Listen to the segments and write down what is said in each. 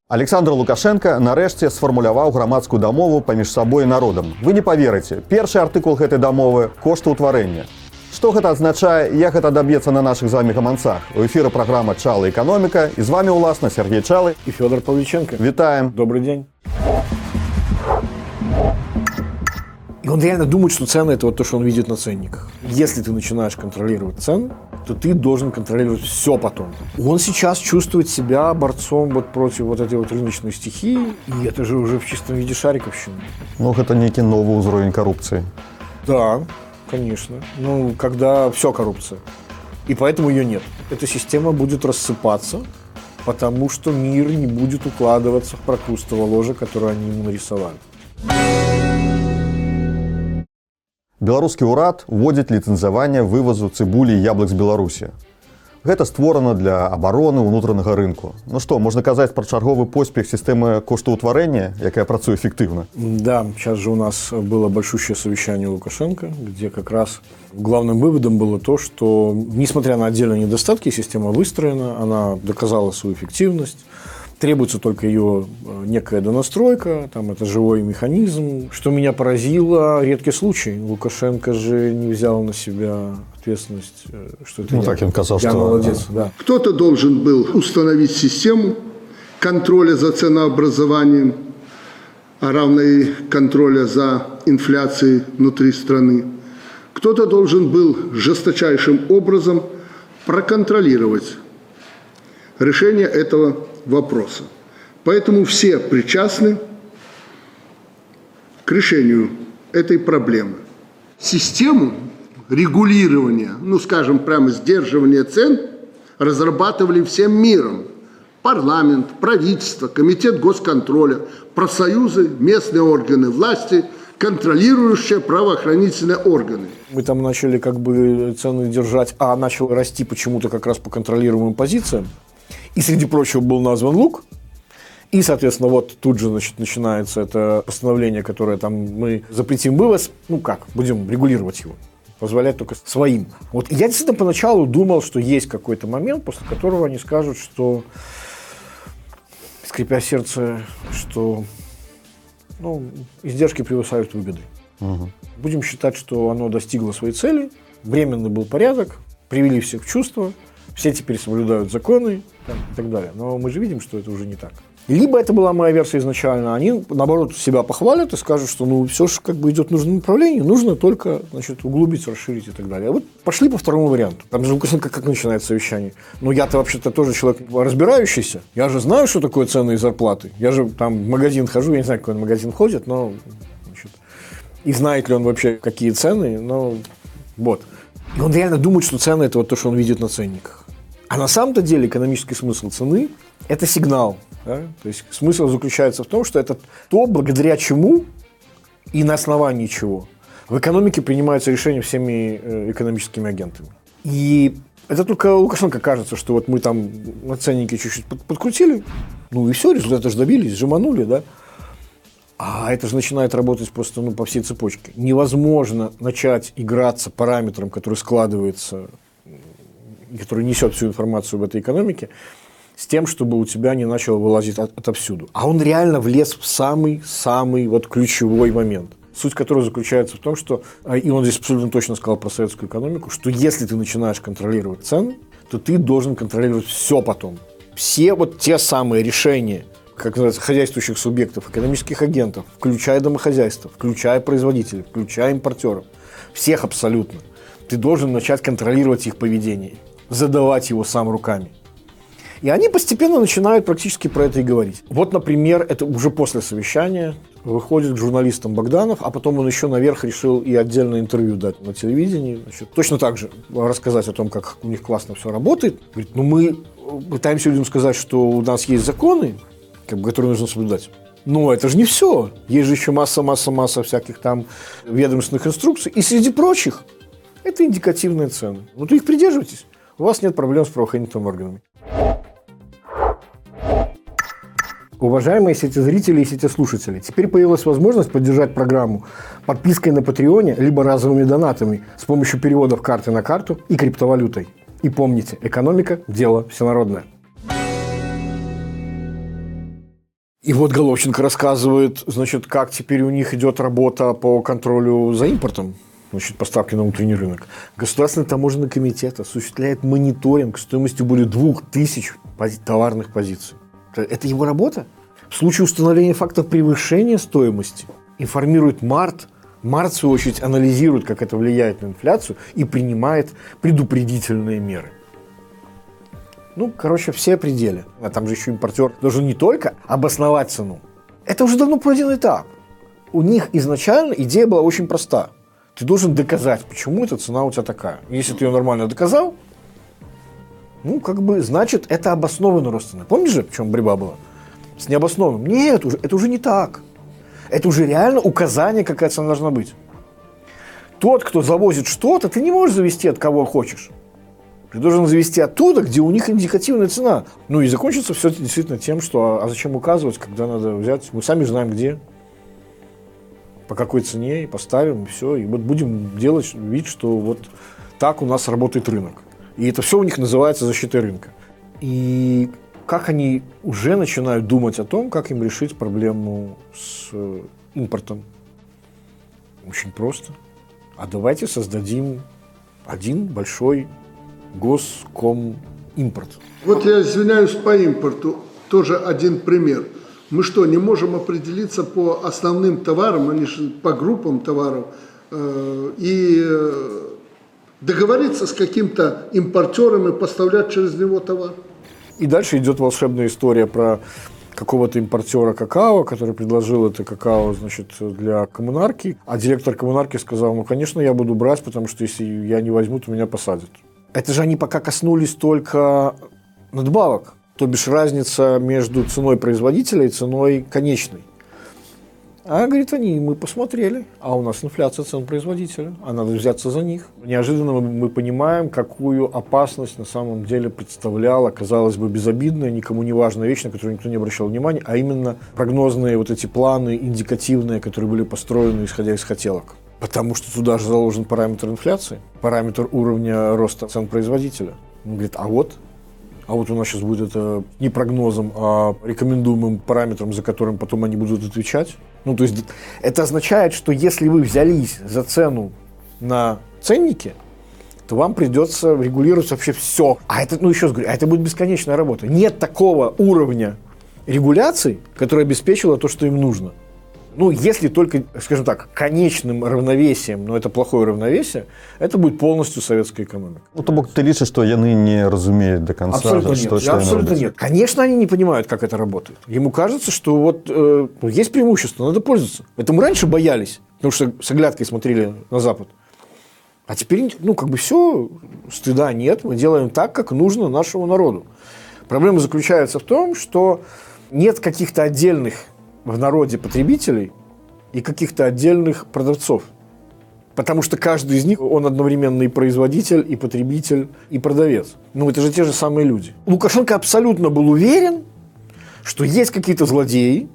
Александр Лукашенко нарэшце сфармуляваў грамадскую дамову паміж сабой і народам. Вы не паверыце, першы артыкул гэтай дамовы – коштаўтварэння. Што гэта азначае і як гэта даб'ецца на нашых з вамі гаманцах? У эфіры праграма «Чалы экономіка» і з вамі, уласна, Сергей Чалы и Федор Павличенко. Витаем. Добрый день. И он реально думает, что цены – это вот то, что он видит на ценниках. Если ты начинаешь контролировать цены, то ты должен контролировать все потом. Он сейчас чувствует себя борцом вот против вот этой вот рыночной стихии, и это же уже в чистом виде шариковщина. Ну, гэта нейкі новы ўзровень коррупции. Да, конечно. Ну, когда все коррупция. И поэтому ее нет. Эта система будет рассыпаться, потому что мир не будет укладываться в прокрустово ложе, которое они ему нарисовали. Беларускі ўрад вводзіць ліцэнзаванне вывазу цыбулі і яблык з Беларусі. Гэта створана для абароны ўнутранага рынку. Ну што, можна казаць пра чарговы поспех сістэмы коштаўтварэння, якая працуе эффективно? Да, сейчас же у нас было большущее совещание Лукашенко, где как раз главным выводом было то, что, несмотря на отдельные недостатки, система выстроена, она доказала свою эффективность. Требуется только ее некая донастройка, там это живой механизм. Что меня поразило, редкий случай. Лукашенко же не взял на себя ответственность, что это так он казал, я что молодец. Да. Кто-то должен был установить систему контроля за ценообразованием, а равно и контроля за инфляцией внутри страны. Кто-то должен был жесточайшим образом проконтролировать решение этого вопроса. Поэтому все причастны к решению этой проблемы. Систему регулирования, скажем, прямо сдерживания цен разрабатывали всем миром. Парламент, правительство, комитет госконтроля, профсоюзы, местные органы власти, контролирующие правоохранительные органы. Мы там начали цены держать, а начал расти почему-то как раз по контролируемым позициям. И, среди прочего, был назван лук. И, соответственно, вот тут же начинается это постановление, которое там мы запретим вывоз. Будем регулировать его. Позволять только своим. Вот я действительно поначалу думал, что есть какой-то момент, после которого они скажут, что, скрипя сердце, что издержки превышают выгоды. Угу. Будем считать, что оно достигло своей цели, временный был порядок, привели всех в чувство, все теперь соблюдают законы и так далее. Но мы же видим, что это уже не так. Либо это была моя версия изначально, они, наоборот, себя похвалят и скажут, что все же идет в нужном направлении, нужно только углубить, расширить и так далее. А вот пошли по второму варианту. Там же Лукашенко как начинает совещание. Я-то вообще-то тоже человек разбирающийся. Я же знаю, что такое цены и зарплаты. Я же там в магазин хожу, я не знаю, какой он магазин ходит, но и знает ли он вообще, какие цены, вот. И он реально думает, что цены – это вот то, что он видит на ценниках. А на самом-то деле экономический смысл цены – это сигнал. Да? То есть смысл заключается в том, что это то, благодаря чему и на основании чего в экономике принимаются решения всеми экономическими агентами. И это только Лукашенко кажется, что вот мы там на ценнике чуть-чуть подкрутили, и все, результаты же добились, сжиманули, да? А это же начинает работать просто по всей цепочке. Невозможно начать играться параметром, который складывается, который несет всю информацию в этой экономике, с тем, чтобы у тебя не начало вылазить отовсюду. А он реально влез в самый ключевой момент. Суть которого заключается в том, что, и он здесь абсолютно точно сказал про советскую экономику, что если ты начинаешь контролировать цены, то ты должен контролировать все потом. Все те самые решения, как называется, хозяйствующих субъектов, экономических агентов, включая домохозяйство, включая производителей, включая импортеров, всех абсолютно. Ты должен начать контролировать их поведение, задавать его сам руками. И они постепенно начинают практически про это и говорить. Вот, например, это уже после совещания выходит к журналистам Богданов, а потом он еще наверх решил и отдельное интервью дать на телевидении. Точно так же рассказать о том, как у них классно все работает. Говорит, мы пытаемся людям сказать, что у нас есть законы, которые нужно соблюдать. Но это же не все. Есть же еще масса всяких там ведомственных инструкций. И среди прочих это индикативные цены. Вы их придерживайтесь. У вас нет проблем с правоохранительными органами. Уважаемые сетезрители и сетеслушатели, теперь появилась возможность поддержать программу подпиской на Патреоне либо разовыми донатами с помощью переводов карты на карту и криптовалютой. И помните, экономика – дело всенародное. И вот Головченко рассказывает, значит, как теперь у них идет работа по контролю за импортом, значит, поставки на внутренний рынок. Государственный таможенный комитет осуществляет мониторинг стоимостью более 2000 товарных позиций. Это его работа. В случае установления фактов превышения стоимости информирует МАРТ. МАРТ, в свою очередь, анализирует, как это влияет на инфляцию и принимает предупредительные меры. Ну, короче, все пределы. А там же еще импортер должен не только обосновать цену. Это уже давно пройденный этап. У них изначально идея была очень проста. Ты должен доказать, почему эта цена у тебя такая. Если ты ее нормально доказал, ну, как бы, значит, это обоснованный рост цены. Помнишь же, в чем борьба была? С необоснованным. Нет, это уже не так. Это уже реально указание, какая цена должна быть. Тот, кто завозит что-то, ты не можешь завести от кого хочешь. Ты должен завести оттуда, где у них индикативная цена. Ну и закончится все действительно тем, что а зачем указывать, когда надо взять. Мы сами знаем где, по какой цене, и поставим, и все. И вот будем делать вид, что вот так у нас работает рынок. И это все у них называется защитой рынка. И как они уже начинают думать о том, как им решить проблему с импортом? Очень просто. А давайте создадим один большой госкомимпорт. Вот я извиняюсь по импорту, тоже один пример. Мы что, не можем определиться по основным товарам, они же по группам товаров, и договориться с каким-то импортером и поставлять через него товар? И дальше идет волшебная история про какого-то импортера какао, который предложил это какао, значит, для коммунарки. А директор коммунарки сказал, ну, конечно, я буду брать, потому что если я не возьму, то меня посадят. Это же они пока коснулись только надбавок, то бишь разница между ценой производителя и ценой конечной. А, говорит, мы посмотрели, а у нас инфляция цен производителя, а надо взяться за них. Неожиданно мы понимаем, какую опасность на самом деле представляла, казалось бы, безобидная, никому не важная вещь, на которую никто не обращал внимания, а именно прогнозные вот эти планы индикативные, которые были построены, исходя из хотелок. Потому что туда же заложен параметр инфляции, параметр уровня роста цен производителя. Он говорит, а вот у нас сейчас будет это не прогнозом, а рекомендуемым параметром, за которым потом они будут отвечать. Ну, то есть это означает, что если вы взялись за цену на ценнике, то вам придется регулировать вообще все. А это, ну, еще раз говорю, это будет бесконечная работа. Нет такого уровня регуляции, который обеспечивал то, что им нужно. Ну, если только, скажем так, конечным равновесием, но это плохое равновесие, это будет полностью советская экономика. Ну, то бок ты лічыш, што яны не разумеюць до конца, Абсолютно нет. что Абсолютно нет. Конечно, они не понимают, как это работает. Ему кажется, что вот есть преимущество, надо пользоваться. Это мы раньше боялись, потому что с оглядкой смотрели на Запад. А теперь, ну, как бы все, стыда нет, мы делаем так, как нужно нашему народу. Проблема заключается в том, что нет каких-то отдельных в народе потребителей и каких-то отдельных продавцов. Потому что каждый из них, он одновременно и производитель, и потребитель, и продавец. Ну, это же те же самые люди. Лукашенко абсолютно был уверен, что есть какие-то злодеи,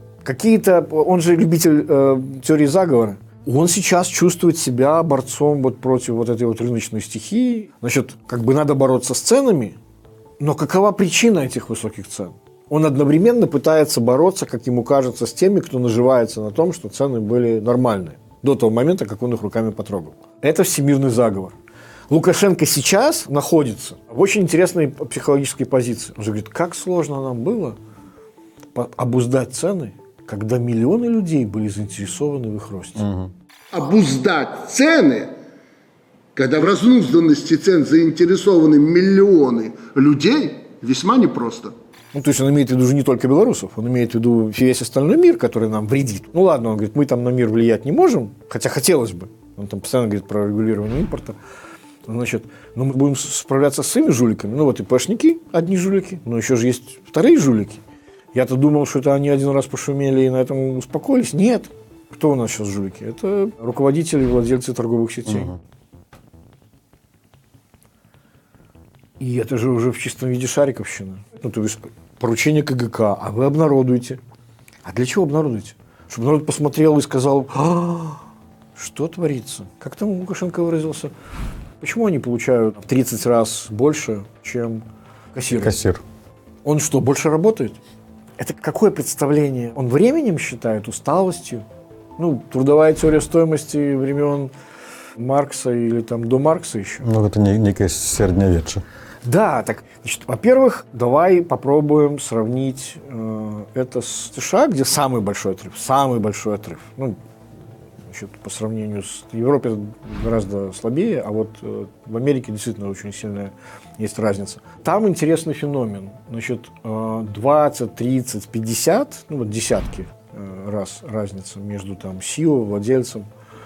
он же любитель теории заговора. Он сейчас чувствует себя борцом вот против вот этой вот рыночной стихии. Значит, как бы надо бороться с ценами, но какова причина этих высоких цен? Он одновременно пытается бороться, как ему кажется, с теми, кто наживается на том, что цены были нормальные, до того момента, как он их руками потрогал. Это всемирный заговор. Лукашенко сейчас находится в очень интересной психологической позиции. Он же говорит, как сложно нам было обуздать цены, когда миллионы людей были заинтересованы в их росте. Угу. Обуздать цены, когда в разнузданности цен заинтересованы миллионы людей, весьма непросто. Ну, то есть он имеет в виду уже не только белорусов, он имеет в виду весь остальной мир, который нам вредит. Ну ладно, он говорит, мы там на мир влиять не можем, хотя хотелось бы. Он там постоянно говорит про регулирование импорта. Значит, но мы будем справляться с своими жуликами. Ну вот ИПшники одни жулики, но еще же есть вторые жулики. Я-то думал, что это они один раз пошумели и на этом успокоились. Нет. Кто у нас сейчас жулики? Это руководители и владельцы торговых сетей. Угу. И это же уже в чистом виде шариковщина. Ну, то есть поручение КГК, а вы обнародуете. А для чего обнародуете? Чтобы народ посмотрел и сказал, что творится? Как там Лукашенко выразился? Почему они получают в 30 раз больше, чем кассир? Кассир. Он что, больше работает? Это какое представление? Он временем считает, усталостью? Ну, трудовая теория стоимости времен Маркса или там до Маркса еще. Ну, это некое средневече. Да, так, значит, во-первых, давай попробуем сравнить это с США, где самый большой отрыв. Ну, значит, по сравнению с Европой гораздо слабее, а вот в Америке действительно очень сильная есть разница. Там интересный феномен. Значит, 20, 30, 50, ну вот десятки раз разница между там CEO, владельцем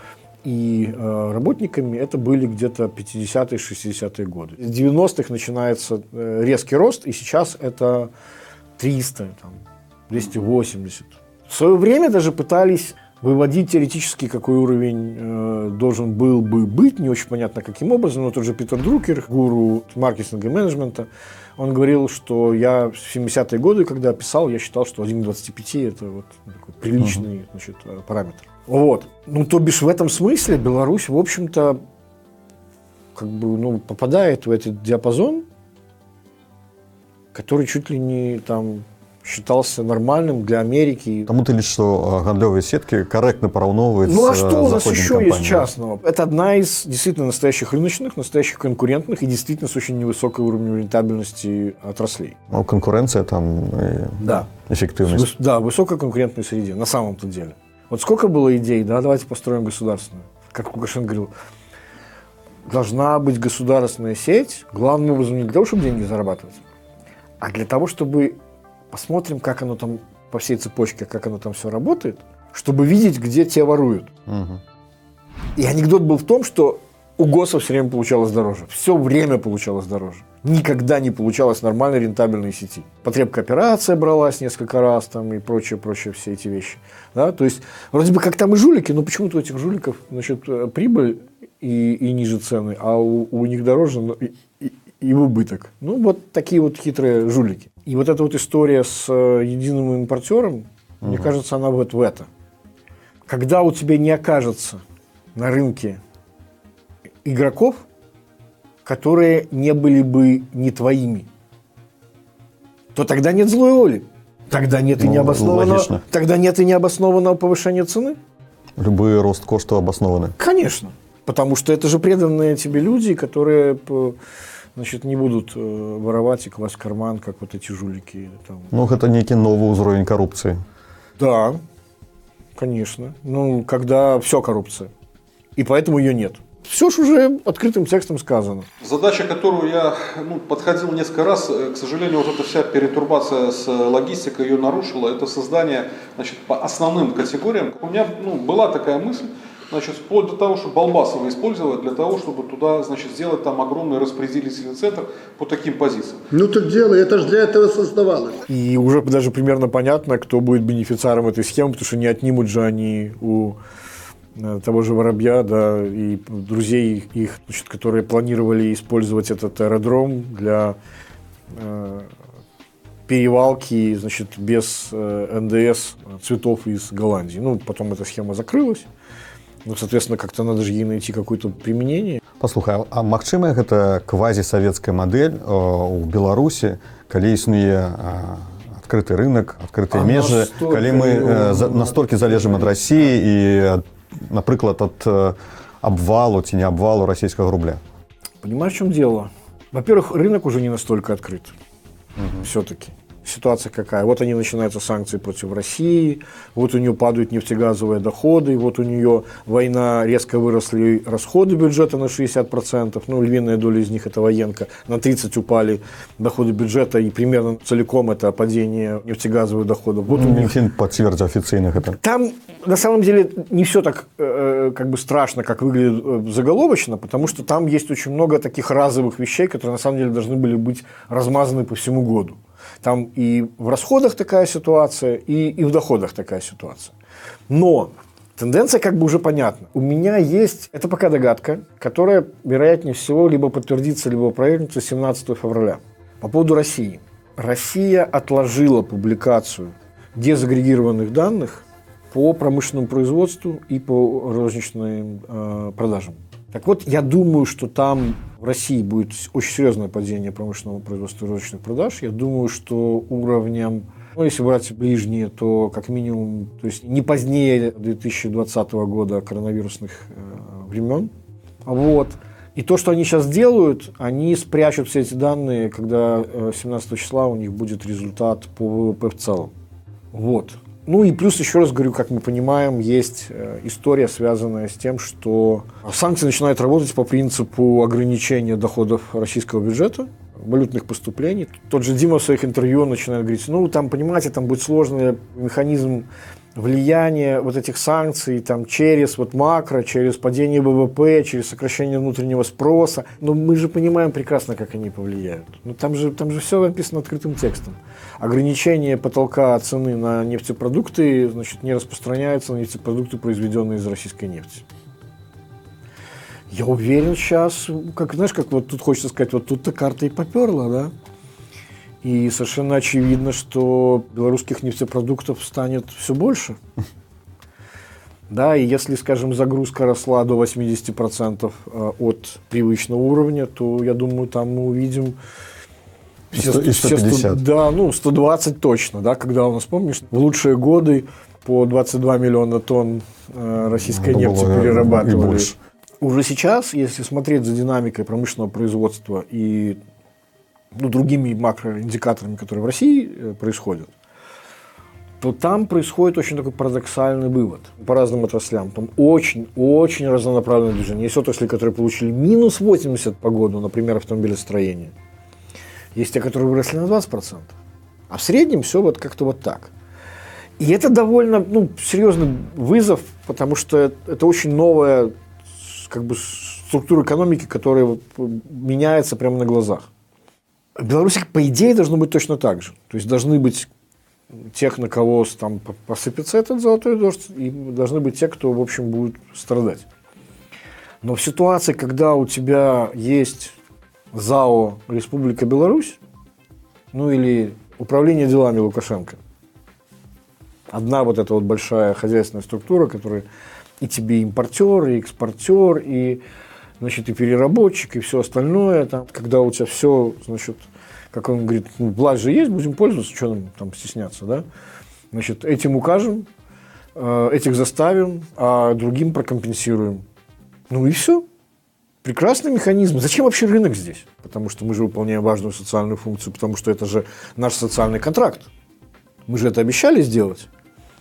и работниками, это были где-то 50-е, 60-е годы. С 90-х начинается резкий рост, и сейчас это 300, там, 280. В свое время даже пытались выводить теоретически, какой уровень должен был бы быть, не очень понятно, каким образом, но тот же Питер Друкер, гуру маркетинга и менеджмента, он говорил, что я в 70-е годы, когда писал, я считал, что 1 к 25 – это вот такой приличный, значит, параметр. Вот. Ну, то бишь, в этом смысле Беларусь, в общем-то, как бы, ну, попадает в этот диапазон, который чуть ли не там считался нормальным для Америки. Тому ты лишь, что гандлевые сетки корректно пораўноўваюць. Ну а что у нас еще компаниями. есть частного? Это одна из действительно настоящих рыночных, настоящих конкурентных и действительно с очень невысокой уровнем рентабельности отраслей. Ну, конкуренция там и Да. эффективность. Да, высокой конкурентной среде, на самом-то деле. Вот сколько было идей, да, давайте построим государственную. Как Лукашенко говорил, должна быть государственная сеть, главным образом не для того, чтобы деньги зарабатывать, а для того, чтобы посмотрим, как оно там по всей цепочке, как оно там все работает, чтобы видеть, где те воруют. Угу. И анекдот был в том, что у ГОСа все время получалось дороже. Все время получалось дороже. Никогда не получалось нормальной рентабельной сети. Потребкооперация бралась несколько раз там, и прочее, все эти вещи. Да? То есть, вроде бы как там и жулики, но почему-то у этих жуликов, значит, прибыль и ниже цены, а у них дороже и в убыток. Ну, вот такие вот хитрые жулики. И вот эта вот история с единым импортером, мне кажется, она вот в это. Когда у тебя не окажется на рынке игроков, которые не были бы не твоими, то тогда нет злой воли. Тогда нет, тогда нет и необоснованного повышения цены. Любой рост коштов обоснованы. Конечно. Потому что это же преданные тебе люди, которые, значит, не будут воровать и класть в карман, как вот эти жулики. Там. Ну, это некий новый уровень коррупции. Да, конечно. Ну, когда все коррупция. И поэтому ее нет. Все же уже открытым текстом сказано. Задача, которую я подходил несколько раз, к сожалению, вот эта вся перетурбация с логистикой ее нарушила, это создание, значит, по основным категориям. У меня была такая мысль, значит, вплоть до того, чтобы Балбасова использовать для того, чтобы туда, значит, сделать там огромный распределительный центр по таким позициям. Ну так делай, это же для этого создавалось. И уже даже примерно понятно, кто будет бенефициаром этой схемы, потому что не отнимут же они у того же Воробья, да, и друзей их, значит, которые планировали использовать этот аэродром для перевалки, значит, без НДС цветов из Голландии. Ну, потом эта схема закрылась. Ну, соответственно, как-то надо же ей найти какое-то применение. Паслухай, а магчымая гэта квазісавецкая мадэль у Беларусі, калі існуе адкрыты рынок, адкрытыя межы, калі мы настолькі залежым ад Расіі і, напрыклад, ад обвалу ці не обвалу российского рубля? Понимаешь, в чем дело? Во-первых, рынок уже не настолько открыт. Все-таки. Ситуация какая? Вот они начинаются санкции против России, вот у нее падают нефтегазовые доходы, вот у нее война, резко выросли расходы бюджета на 60%, ну, львиная доля из них это военка, на 30% упали доходы бюджета, и примерно целиком это падение нефтегазовых доходов. Вот у них... подтвердил официальных это. Там, на самом деле, не все так как бы страшно, как выглядит заголовочно, потому что там есть очень много таких разовых вещей, которые, на самом деле, должны были быть размазаны по всему году. Там и в расходах такая ситуация, и в доходах такая ситуация. Но тенденция как бы уже понятна. У меня есть, это пока догадка, которая, вероятнее всего, либо подтвердится, либо опровергнется 17 февраля. По поводу России. Россия отложила публикацию дезагрегированных данных по промышленному производству и по розничным продажам. Так вот, я думаю, что там в России будет очень серьезное падение промышленного производства и розничных продаж. Я думаю, что уровнем Ну, если брать ближние, то как минимум, то есть не позднее 2020 года коронавирусных времен. Вот. И то, что они сейчас делают, они спрячут все эти данные, когда 17 числа у них будет результат по ВВП в целом. Вот. Ну и плюс, еще раз говорю, как мы понимаем, есть история, связанная с тем, что санкции начинают работать по принципу ограничения доходов российского бюджета, валютных поступлений. Тот же Дима в своих интервью начинает говорить, ну там, понимаете, там будет сложный механизм влияния вот этих санкций там, через вот макро, через падение ВВП, через сокращение внутреннего спроса. Но мы же понимаем прекрасно, как они повлияют. Ну, там же все написано открытым текстом. Ограничение потолка цены на нефтепродукты, значит, не распространяется на нефтепродукты, произведенные из российской нефти. Я уверен сейчас, как, знаешь, как вот тут хочется сказать, вот тут-то карта и поперла, да? И совершенно очевидно, что белорусских нефтепродуктов станет все больше. Да, и если, скажем, загрузка росла до 80% от привычного уровня, то, я думаю, там мы увидим... И 150. Да, ну, 120 точно, да, когда у нас, помнишь, в лучшие годы по 22 миллиона тонн российской нефти перерабатывали. Уже сейчас, если смотреть за динамикой промышленного производства и другими макроиндикаторами, которые в России происходят, то там происходит очень такой парадоксальный вывод по разным отраслям. Там очень разнонаправленное движение. Есть отрасли, которые получили минус 80 по году, например, автомобилестроение. Есть те, которые выросли на 20%. А в среднем все вот как-то вот так. И это довольно серьезный вызов, потому что это очень новая как бы структура экономики, которая меняется прямо на глазах. В Беларуси, по идее, должно быть точно так же. То есть должны быть тех, на кого там посыпется этот золотой дождь, и должны быть те, кто, в общем, будет страдать. Но в ситуации, когда у тебя есть ЗАО Республика Беларусь, ну или Управление делами Лукашенко, одна вот эта вот большая хозяйственная структура, которая и тебе импортер, и экспортер, и, значит, и переработчик, и все остальное. Там, когда у тебя все, значит, как он говорит, власть же есть, будем пользоваться, что нам там стесняться, да? Значит, этим укажем, этих заставим, а другим прокомпенсируем. Ну и все. Прекрасный механизм. Зачем вообще рынок здесь? Потому что мы же выполняем важную социальную функцию, потому что это же наш социальный контракт. Мы же это обещали сделать.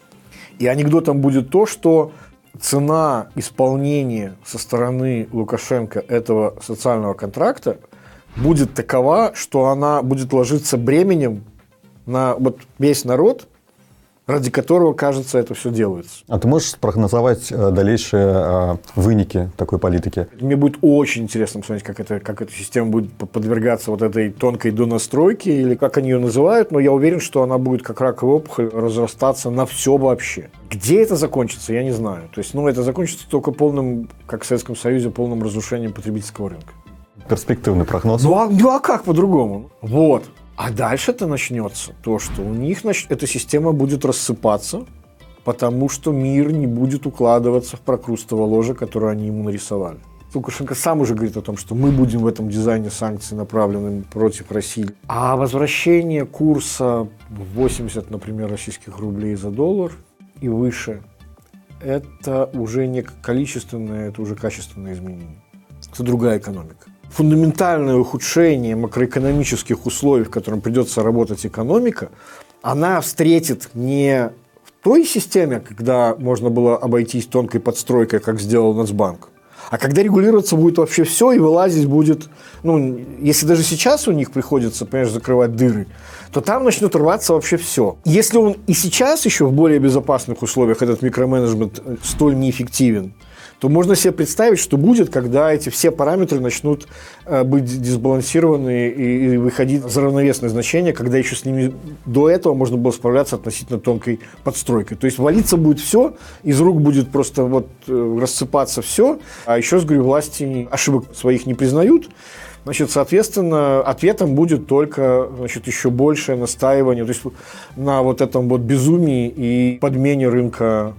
И анекдотом будет то, что цена исполнения со стороны Лукашенко этого социального контракта будет такова, что она будет ложиться бременем на вот весь народ, ради которого, кажется, это все делается. А ты можешь спрогнозовать дальнейшие выники такой политики? Мне будет очень интересно посмотреть, как эта система будет подвергаться вот этой тонкой донастройке, или как они ее называют, но я уверен, что она будет, как раковая опухоль, разрастаться на все вообще. Где это закончится, я не знаю. То есть, это закончится только полным, как в Советском Союзе, полным разрушением потребительского рынка. Перспективный прогноз. А как по-другому? Вот. А дальше-то начнется то, что у них эта система будет рассыпаться, потому что мир не будет укладываться в прокрустово ложе, которое они ему нарисовали. Лукашенко сам уже говорит о том, что мы будем в этом дизайне санкций, направленным против России. А возвращение курса в 80, например, российских рублей за доллар и выше, это уже не количественное, это уже качественное изменение. Это другая экономика. Фундаментальное ухудшение макроэкономических условий, в котором придется работать экономика, она встретит не в той системе, когда можно было обойтись тонкой подстройкой, как сделал Нацбанк, а когда регулироваться будет вообще все и вылазить будет, если даже сейчас у них приходится, понимаешь, закрывать дыры, то там начнет рваться вообще все. Если он и сейчас еще в более безопасных условиях этот микроменеджмент столь неэффективен, то можно себе представить, что будет, когда эти все параметры начнут быть дисбалансированы и выходить за равновесное значение, когда еще с ними до этого можно было справляться относительно тонкой подстройкой. То есть валиться будет все, из рук будет просто рассыпаться все. А еще раз говорю, власти ошибок своих не признают. Значит, соответственно, ответом будет только, еще большее настаивание, то есть на вот этом безумии и подмене рынка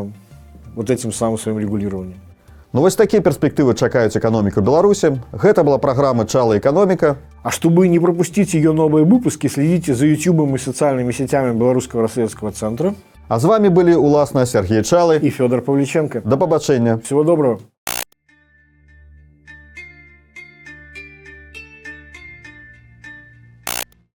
этим самым своим регулированием. Ну, такие перспективы чакаюць эканоміку Беларусі. Гэта была праграма «Чала эканоміка». А чтобы не пропустить ее новые выпуски, следите за YouTube и социальными сетями Белорусского расследовательского центра. А з вами былі уласна Сергей Чалы И Федор Павличенко. да пабачэння. Всего доброго.